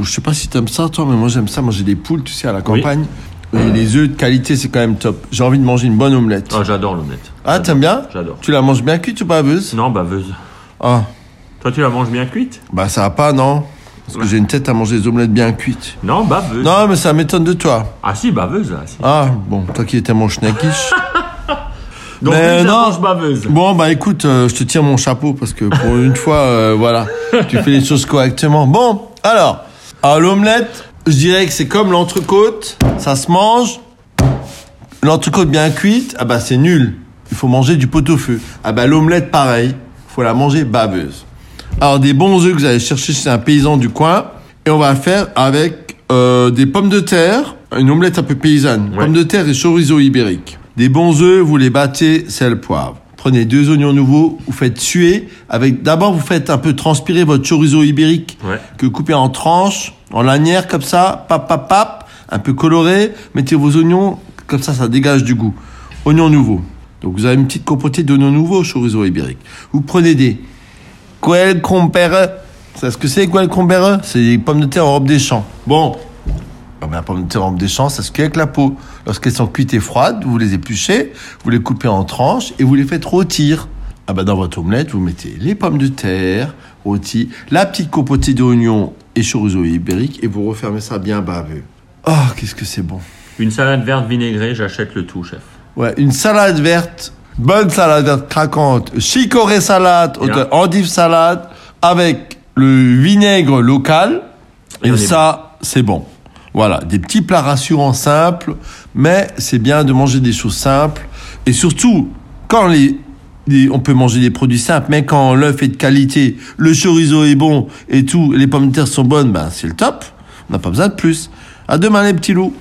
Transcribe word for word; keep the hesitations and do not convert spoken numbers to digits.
je sais pas si t'aimes ça, toi, mais moi j'aime ça. Manger des poules, tu sais, à la campagne. Oui. Et les œufs de qualité, c'est quand même top. J'ai envie de manger une bonne omelette. Oh, j'adore l'omelette. Ah, j'adore. T'aimes bien? J'adore. Tu la manges bien cuite ou baveuse? Non, baveuse. Ah. Toi, tu la manges bien cuite? Bah, ça va pas, non? Parce que j'ai une tête à manger des omelettes bien cuites. Non, baveuse. Non, mais ça m'étonne de toi. Ah si, baveuse, là. Si. Ah, bon, toi qui étais mon schnakish. Donc, mais oui, non, mange baveuse. Bon, bah écoute, euh, je te tire mon chapeau parce que pour une fois, euh, voilà, tu fais les choses correctement. Bon, alors, alors l'omelette, je dirais que c'est comme l'entrecôte, ça se mange. L'entrecôte bien cuite, ah bah c'est nul. Il faut manger du pot-au-feu. Ah bah l'omelette, pareil, il faut la manger baveuse. Alors des bons œufs que vous allez chercher chez un paysan du coin, et on va faire avec euh, des pommes de terre, une omelette un peu paysanne, ouais. pommes de terre et chorizo ibérique. Des bons œufs, vous les battez, sel, poivre. Prenez deux oignons nouveaux, vous faites suer. Avec, d'abord, vous faites un peu transpirer votre chorizo ibérique ouais. que vous coupez en tranches, en lanières comme ça, pap, pap, pap, un peu coloré. Mettez vos oignons, comme ça, ça dégage du goût. Oignons nouveaux. Donc, vous avez une petite compotée d'oignons nouveaux au chorizo ibérique. Vous prenez des guelcombere. Vous savez ce que c'est, guelcombere? C'est des pommes de terre en robe des champs. Bon. Ah ben, la pomme de terre en robe des champs, ça se cuit avec la peau. Lorsqu'elles sont cuites et froides, vous les épluchez, vous les coupez en tranches et vous les faites rôtir. Ah ben, dans votre omelette, vous mettez les pommes de terre rôties, la petite compotée d'oignons et chorizo ibérique et vous refermez ça bien baveux. Oh, qu'est-ce que c'est bon. Une salade verte vinaigrée, j'achète le tout, chef. Ouais, une salade verte, bonne salade verte craquante, chicorée salade, yeah. endive salade, avec le vinaigre local. Et, et ça, c'est bon. Voilà, des petits plats rassurants simples, mais c'est bien de manger des choses simples. Et surtout, quand les, les, on peut manger des produits simples, mais quand l'œuf est de qualité, le chorizo est bon et tout, les pommes de terre sont bonnes, ben c'est le top. On n'a pas besoin de plus. À demain les petits loups.